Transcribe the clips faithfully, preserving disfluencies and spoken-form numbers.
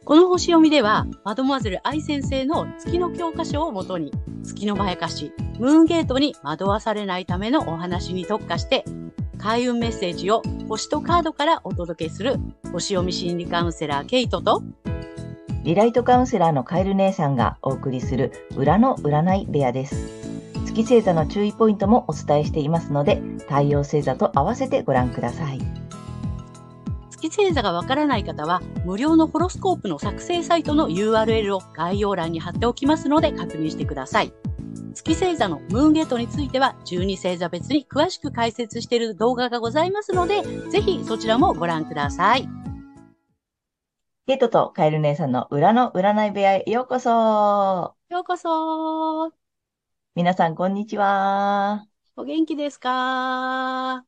この星読みでは、マドモアゼル愛先生の月の教科書をもとに、月のまやかし、ムーンゲートに惑わされないためのお話に特化して、開運メッセージを星とカードからお届けする、星読み心理カウンセラーケイトと、 リライトカウンセラーのカエル姉さんがお送りする裏の占い部屋です。月星座の注意ポイントもお伝えしていますので、太陽星座と合わせてご覧ください。 月星座がわからない方は、無料のホロスコープの作成サイトの ユーアールエル を概要欄に貼っておきますので確認してください。月星座のムーンゲートについては、じゅうに星座別に詳しく解説している動画がございますので、ぜひそちらもご覧ください。 ケイトとカエル姉さんの裏の占い部屋へようこそ。 ようこそ。 皆さん、こんにちは。 お元気ですか？ はい。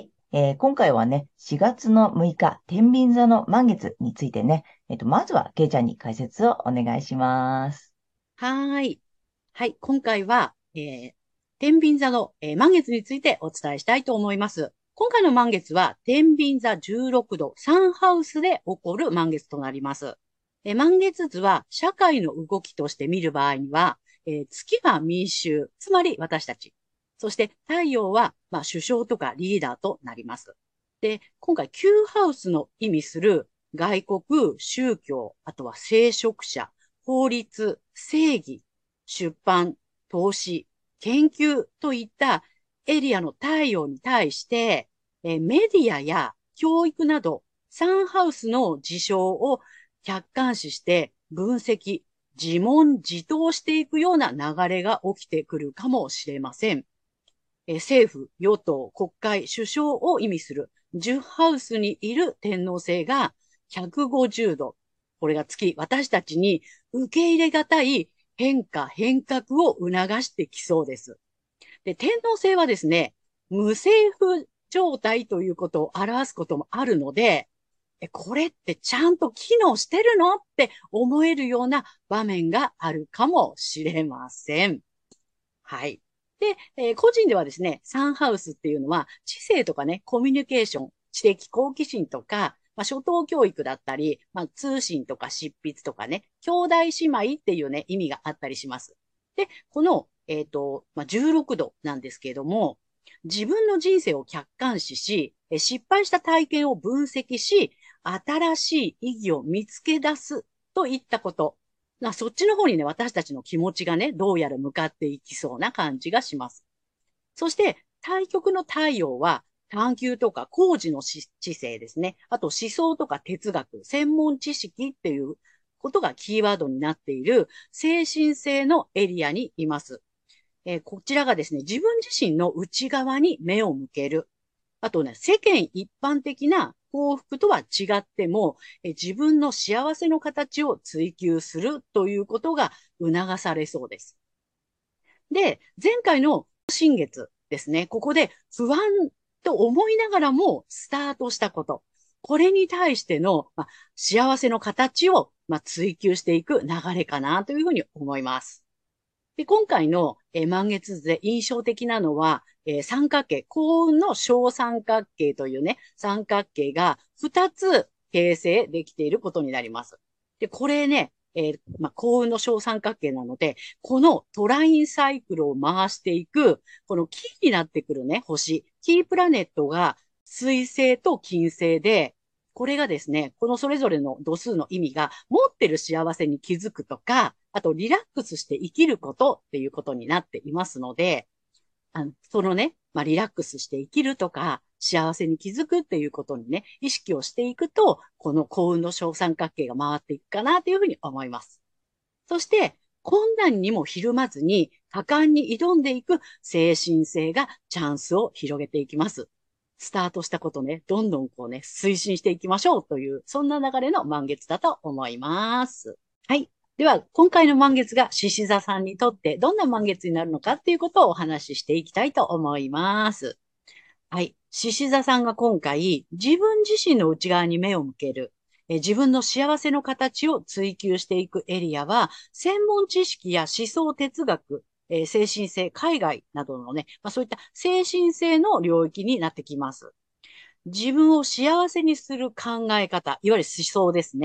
えー今回はね、しがつのむいか、天秤座の満月についてね、えっと、まずは、ケイちゃんに解説をお願いします。 はーい。はい。今回は、えー、天秤座の、えー満月についてお伝えしたいと思います。今回の満月は、天秤座じゅうろくど、サンハウスで起こる満月となります。えー満月図は、社会の動きとして見る場合には、えー月は民衆、つまり私たち。そして太陽は、まあ、首相とかリーダーとなります。で、今回、Q ハウスの意味する外国、宗教、あとは聖職者、法律、正義、出版、投資、研究といったエリアの太陽に対して、えーメディアや教育などサンハウスの事象を客観視して分析、自問自答していくような流れが起きてくるかもしれません。えー政府、与党、国会、首相を意味するじゅうハウスにいる天王星がひゃくごじゅうど。これが月、私たちに受け入れがたい変化、変革を促してきそうです。で、天王星はですね、無政府状態ということを表すこともあるので、えこれってちゃんと機能してるのって思えるような場面があるかもしれません。はい。で、えー個人ではですね、サンハウスっていうのは、知性とかね、コミュニケーション、知的好奇心とか、まあ、初等教育だったり、まあ、通信とか執筆とかね、兄弟姉妹っていうね、意味があったりします。で、この、えっと、まあ、じゅうろくどなんですけれども、自分の人生を客観視し、え失敗した体験を分析し、新しい意義を見つけ出すといったこと。な、そっちの方にね、私たちの気持ちがね、どうやら向かっていきそうな感じがします。そして、対極の太陽は、探求とか工事の知知性ですね。あと思想とか哲学、専門知識っていうことがキーワードになっている精神性のエリアにいます。えーこちらがですね、自分自身の内側に目を向ける。あとね、世間一般的な幸福とは違っても、え自分の幸せの形を追求するということが促されそうです。で、前回の新月ですね、ここで不安と思いながらもスタートしたこと。これに対しての、まあ、幸せの形を、まあ、追求していく流れかなというふうに思います。で、今回の、えー満月図で印象的なのは、えー三角形、幸運の小三角形というね、三角形が二つ形成できていることになります。で、これね、えーまあ、幸運の小三角形なので、このトラインサイクルを回していく、このキーになってくるね、星、キープラネットが水星と金星で、これがですね、このそれぞれの度数の意味が持ってる幸せに気づくとか、あとリラックスして生きることっていうことになっていますので、あの、そのね、まあ、リラックスして生きるとか、幸せに気づくっていうことにね、意識をしていくと、この幸運の小三角形が回っていくかなというふうに思います。そして、困難にもひるまずに、果敢に挑んでいく精神性がチャンスを広げていきます。スタートしたことね、どんどんこうね、推進していきましょうという、そんな流れの満月だと思います。はい。では、今回の満月が獅子座さんにとってどんな満月になるのかっていうことをお話ししていきたいと思います。はい。獅子座さんが今回、自分自身の内側に目を向ける。え自分の幸せの形を追求していくエリアは、専門知識や思想哲学、えー精神性、海外などのね、まあ、そういった精神性の領域になってきます。自分を幸せにする考え方、いわゆる思想ですね。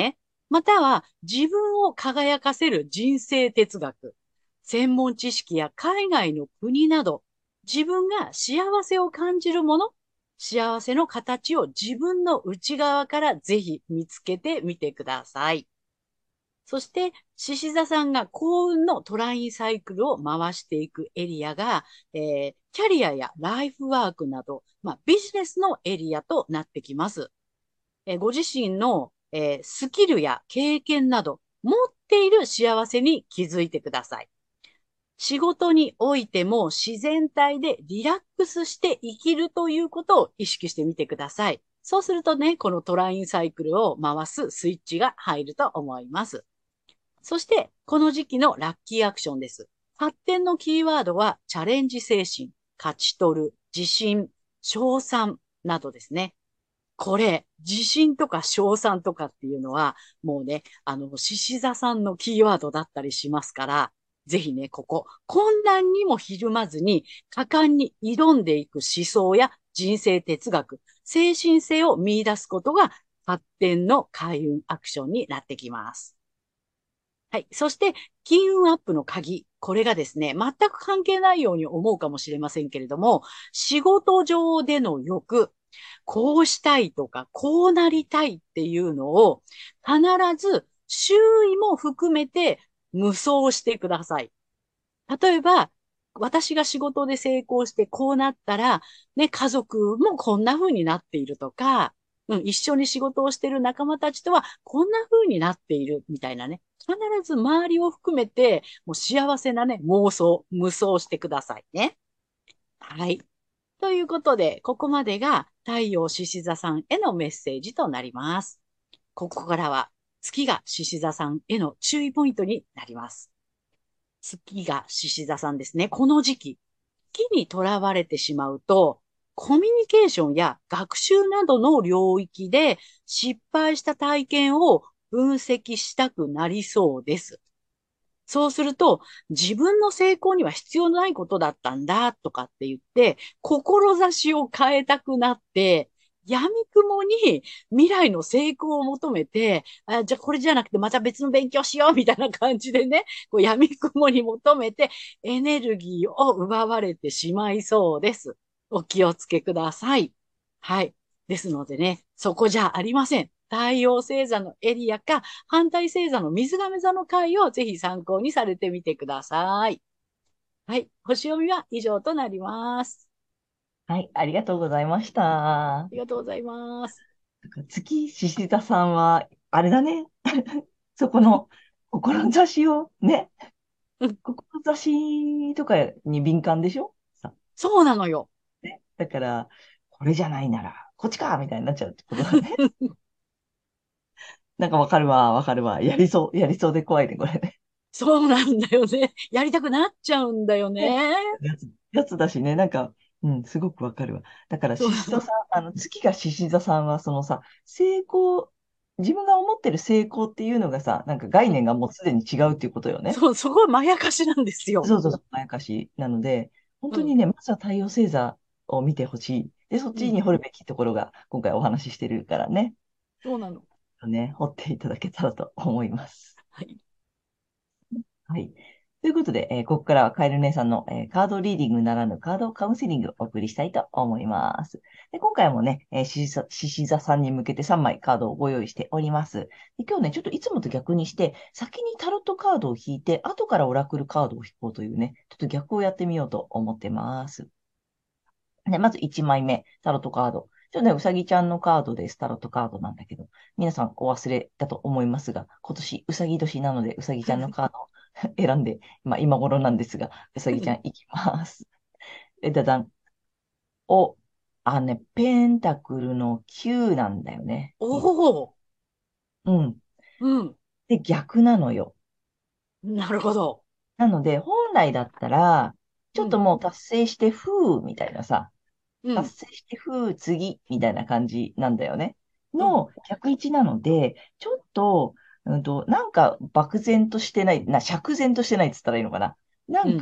または自分を輝かせる人生哲学、専門知識や海外の国など、自分が幸せを感じるもの、幸せの形を自分の内側からぜひ見つけてみてください。そして、獅子座さんが幸運のトラインサイクルを回していくエリアが、えー、キャリアやライフワークなど、まあ、ビジネスのエリアとなってきます。えーご自身の、えースキルや経験など、持っている幸せに気づいてください。仕事においても自然体でリラックスして生きるということを意識してみてください。そうするとね、このトラインサイクルを回すスイッチが入ると思います。そして、この時期のラッキーアクションです。発展のキーワードは、チャレンジ精神、勝ち取る、自信、賞賛などですね。これ、自信とか賞賛とかっていうのは、もうね、あの、獅子座さんのキーワードだったりしますから、ぜひね、ここ、困難にもひるまずに、果敢に挑んでいく思想や人生哲学、精神性を見出すことが発展の開運アクションになってきます。はい。そして、金運アップの鍵。これがですね、全く関係ないように思うかもしれませんけれども、仕事上での欲、こうしたいとか、こうなりたいっていうのを、必ず周囲も含めて無双してください。例えば、私が仕事で成功してこうなったら、ね、家族もこんな風になっているとか、うん、一緒に仕事をしている仲間たちとはこんな風になっているみたいなね。必ず周りを含めて、もう幸せなね、妄想、無双してくださいね。はい。ということで、ここまでが太陽獅子座さんへのメッセージとなります。ここからは月が獅子座さんへの注意ポイントになります。月が獅子座さんですね。この時期、月にとらわれてしまうと、コミュニケーションや学習などの領域で失敗した体験を分析したくなりそうです。そうすると、自分の成功には必要ないことだったんだとかって言って、志を変えたくなって、闇雲に未来の成功を求めて、あ、じゃあこれじゃなくてまた別の勉強しようみたいな感じでね、こう闇雲に求めてエネルギーを奪われてしまいそうです。お気をつけください。はい。ですのでね、そこじゃありません。太陽星座のエリアか、反対星座の水亀座の回をぜひ参考にされてみてください。はい。星読みは以上となります。 はい、ありがとうございました。 ありがとうございます。 月獅子座さんは、あれだね。そこの志をね、 うん、 志とかに敏感でしょさ、 そうなのよ。 ね。だから、これじゃないなら、こっちかみたいになっちゃうってことだね。なんかわかるわ、わかるわ。やりそう、やりそうで怖いね、これね。 そうなんだよね。やりたくなっちゃうんだよね、 ね。 やつ、やつだしね、なんか、うん、すごくわかるわ。だから、 そうなの。 獅子座さん、あの、月が獅子座さんは、そのさ、成功、自分が思ってる成功っていうのがさ、なんか概うん、 念がもうすでに違うっていうことよね。 そう、そこはまやかしなんですよ。 そうそうそう、まやかしなので、本うん、 当にね、まずは太陽星座を見てほしい。で、そっうん、 ちに掘るべきところが、今回お話ししてるからね、 そうなの。 ね、掘っていただけたらと思います。 はい。 はい。ということで、えーここからはカエル姉さんの、えーカードリーディングならぬカードカウンセリングをお送りしたいと思います。で、今回もね、えー、獅子座獅子座さんに向けてさんまいカードをご用意しております。で、今日ね、ちょっといつもと逆にして、先にタロットカードを引いて、後からオラクルカードを引こうというね、ちょっと逆をやってみようと思ってます。で、まずいちまいめ、タロットカード。ちょっとね、うさぎちゃんのカードです。タロットカードなんだけど、皆さんお忘れだと思いますが、今年うさぎ年なので、うさぎちゃんのカードを選んで、まあ今頃なんですが、うさぎちゃんいきます。え、だだん。お、あのね、ペンタクルのきゅうなんだよね。 おいいですお、 うん。 うん、 で、逆なのよ。 なるほど。 なので、本来だったら、ちうん、 ょっともう達成して、ふーみたいなさ、 うん、 達成して、ふー、次、みたいな感じなんだよね。 うん、 の逆位置なので、ちょっと、うんと、なんか漠然としてない、な、釈然としてないって言ったらいいのかな。なうん、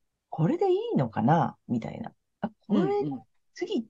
んか、これでいいのかなみたいな。あ、 うん、 これ、 うん。 次行っちゃっ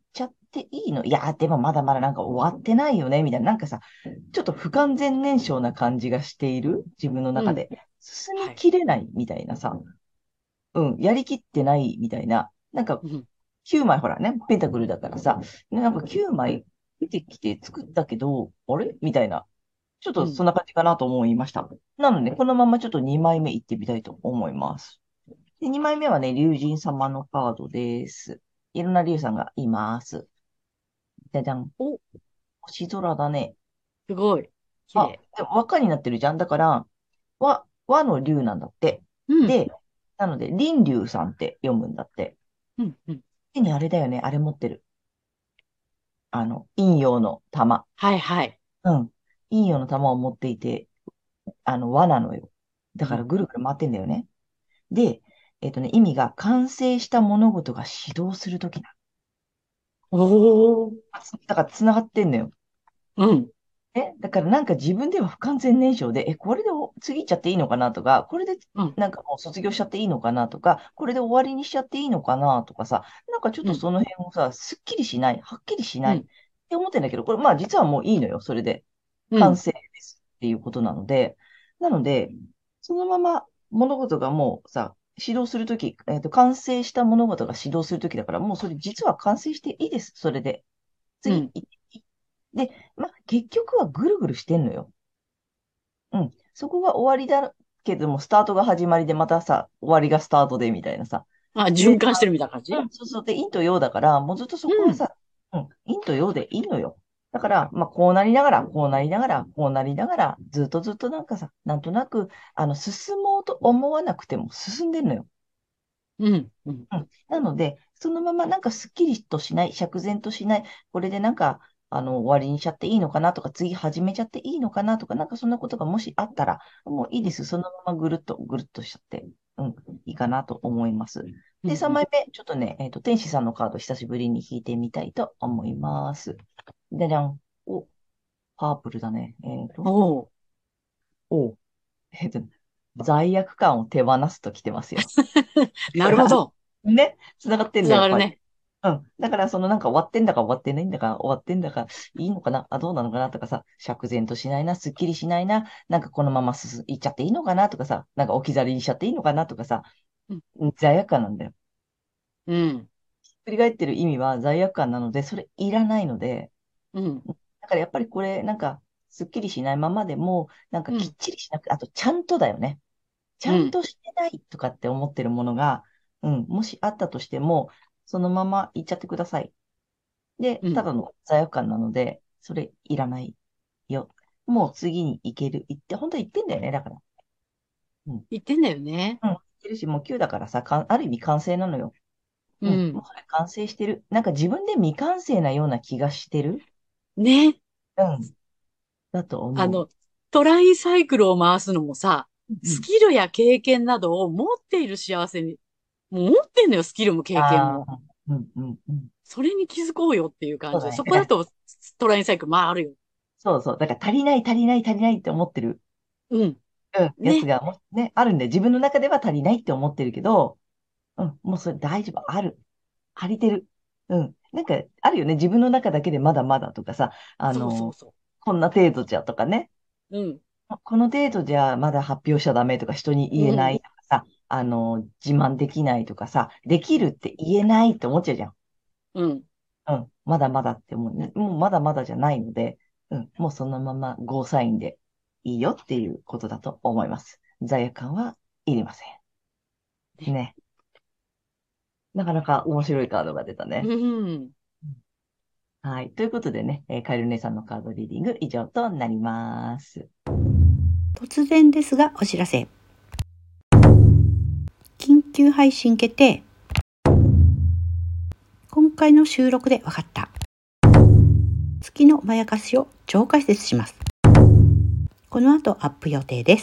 っていいの？いや、でもまだまだなんか終わってないよね、みたいな。なんかさ、ちょっと不完全燃焼な感じがしている自分のうん。 中で。進みはい。 きれないみたいなさ。うん、やりきってないみたいな。なんか、 うん。 きゅうまいほらね、ペンタクルだからさ、なんかきゅうまい出てきて作ったけど、あれみたいな。ちょっうん。 とそんな感じかなと思いました。なので、このままちょっとにまいめいってみたいと思います。で、にまいめはね、竜神様のカードです。いろんな竜さんがいます。じゃじゃん。 お、 星空だね。 すごい。綺あ、 麗。 でも輪っかになってるじゃん。だから、輪、輪の竜なんだって。 うん。 で、なので、輪竜さんって読むんだって。 うん。うん。 手にあれだよね。あれ持ってる。あの、陰陽の玉。 はいはい。 うん。陰陽の玉を持っていて、あの、輪なのよ。だうん。 からぐるぐる回ってんだよね。で、えっとね、意味が完成した物事が始動するときなおー。 の。だから繋がってんのよ。 うん。 え、だからなんか自分では不完全燃焼で、え、これでお次行っちゃっていいのかなとか、これでうん。 なんかもう卒業しちゃっていいのかなとか、これで終わりにしちゃっていいのかなとかさ、なんかちょっうん。 とその辺をさ、すっきりしない、はっきりしないっうん。 て思ってんだけど、これまあ実はもういいのよ、それで。 うん。 完成ですっていうことなので、なので、そのまま物事がもうさ、始動するとき、えっと、完成した物事が始動するときだから、もうそれ実は完成していいです、それで。次、 うん。 いで、まあ、結局はぐるぐるしてんのよ。うん。そこが終わりだけども、スタートが始まりで、またさ、終わりがスタートで、みたいなさ。 あ、 で、 循環してるみたいな感じ？ うん、そうそう。で、陰と陽だから、もうずっとそこうん。 はさ、うん、陰と陽でいいのよ。だから、まあ、こうなりながら、こうなりながら、こうなりながら、ずっとずっとなんかさ、なんとなく、あの、進もうと思わなくても進んでんのよ。 うん。うん。 うん。なので、そのままなんかスッキリとしない、釈然としない、これでなんか、あの、終わりにしちゃっていいのかなとか、次始めちゃっていいのかなとか、なんかそんなことがもしあったら、もういいです。そのままぐるっと、ぐるっとしちゃって、うん、いいかなと思います。で、3 うん。 枚目、ちょっとね、えっと、天使さんのカード久しぶりに引いてみたいと思います。じゃじゃん。お、パープルだね。えっと、 おー。 お、えっと、罪悪感を手放すと来てますよ。 なるほど。 ね、繋がってんだよ、やっぱり。 つながるね。 うん。だから、そのなんか終わってんだか終わってないんだか、終わってんだか、いいのかな、あ、どうなのかなとかさ、釈然としないな、すっきりしないな、なんかこのまま進いっちゃっていいのかなとかさ、なんか置き去りにしちゃっていいのかなとかさ、 うん。 うん罪悪感なんだよ。 うん。 振り返ってる意味は罪悪感なので、それいらないので、 うん。 だからやっぱりこれ、なんか、すっきりしないままでも、なんかきっうん。 ちりしなくて、あとちゃんとだよね。ちゃんうん。 としてないとかって思ってるものが、うん、もしあったとしても、そのままいっちゃってください。で、 うん。 ただの罪悪感なので、それいらないよ。もう次に行ける。行って、本当は言ってんだよね、だから。うん。うん。 言ってんだよね。 言ってるし、もうきゅうだからさ、かんある意味完成なのよ。うん。もうん。 うそれ完成してる。なんか自分で未完成なような気がしてる。 ね。 うん。だと思う。 あの、トライサイクルを回すのもさ、 うん。 スキルや経験などを持っている幸せに、もう持ってんのよ、スキルも経験も。 ああ、うん、うん、うん。 それに気づこうよっていう感じで、 そうだね。だから、 そこだとトライサイクル回るよ。 そうそう。だから足りない、足りない、足りないって思ってる。 うん。 うん。やつね。 がもうね、あるんで、自分の中では足りないって思ってるけど、うん。もうそれ大丈夫。ある。足りてる。うん。なんか、あるよね。自分の中だけでまだまだとかさ、あの、 そうそうそこんな程度じゃとかね。 う。うん。 この程度じゃまだ発表しちゃダメとか、人に言えないうん。 とかさ、あの、自慢できないとかさ、できるって言えないって思っちゃうじゃん。 うん。 うん。まだまだってもう、ね、もうまだまだじゃないので、うん。もうそのままゴーサインでいいよっていうことだと思います。罪悪感はいりません。 ね。 ね。なかなか面白いカードが出たね。 うん。 はい。ということでね、えーカエル姉さんのカードリーディング以上となります。 突然ですがお知らせ。緊急配信決定。今回の収録で分かった月のまやかしを超解説します。この後アップ予定です。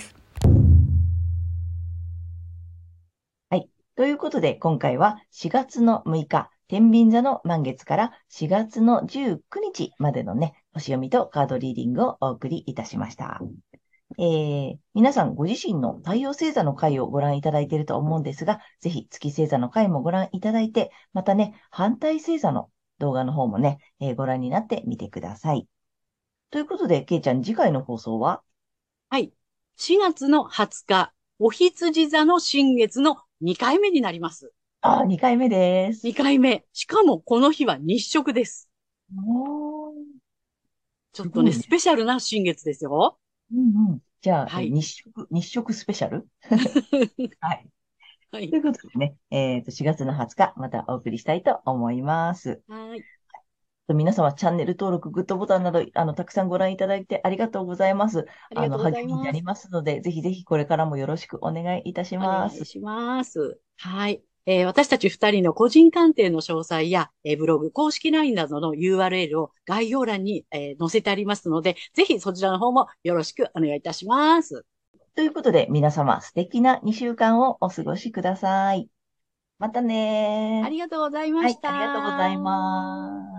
はい。ということで、今回はしがつのむいか、天秤座の満月からしがつのじゅうくにちまでのね、星読みとカードリーディングをお送りいたしました。えー、皆さんご自身の太陽星座の回をご覧いただいていると思うんですが、ぜひ月星座の回もご覧いただいて、またね、反対星座の動画の方もね、えーご覧になってみてください。ということで、けいちゃん、次回の放送は？ はい。しがつのはつか、お羊座の新月のにかいめになります。 ああ、にかいめでにす。 かいめ。しかもこの日は日食です。 おー、 ちょっとね、 すごいね。 スペシャルな新月ですよ。 うんうん。じゃあ、えはい。 日食、日食スペシャル。はい。 はい。 ということでね、えっと、しがつのはつか、またお送りしたいと思います。 はい。 皆様、チャンネル登録、グッドボタンなど、あの、たくさんご覧いただいてありがとうございます。あの、 ありがとうござ励みになりいます。 ますので、ぜひぜひこれからもよろしくお願いいたしお願ます。 いします。はい。えー私たち二人の個人鑑定の詳細や、えーブログ、公式 ライン などの ユーアールエル を概要欄に、えー載せてありますので、ぜひそちらの方もよろしくお願いいたします。 ということで、皆様、素敵なにしゅうかんをお過ごしください。またねー。 ありがとうございまはい、 しありがとうございた。 ます。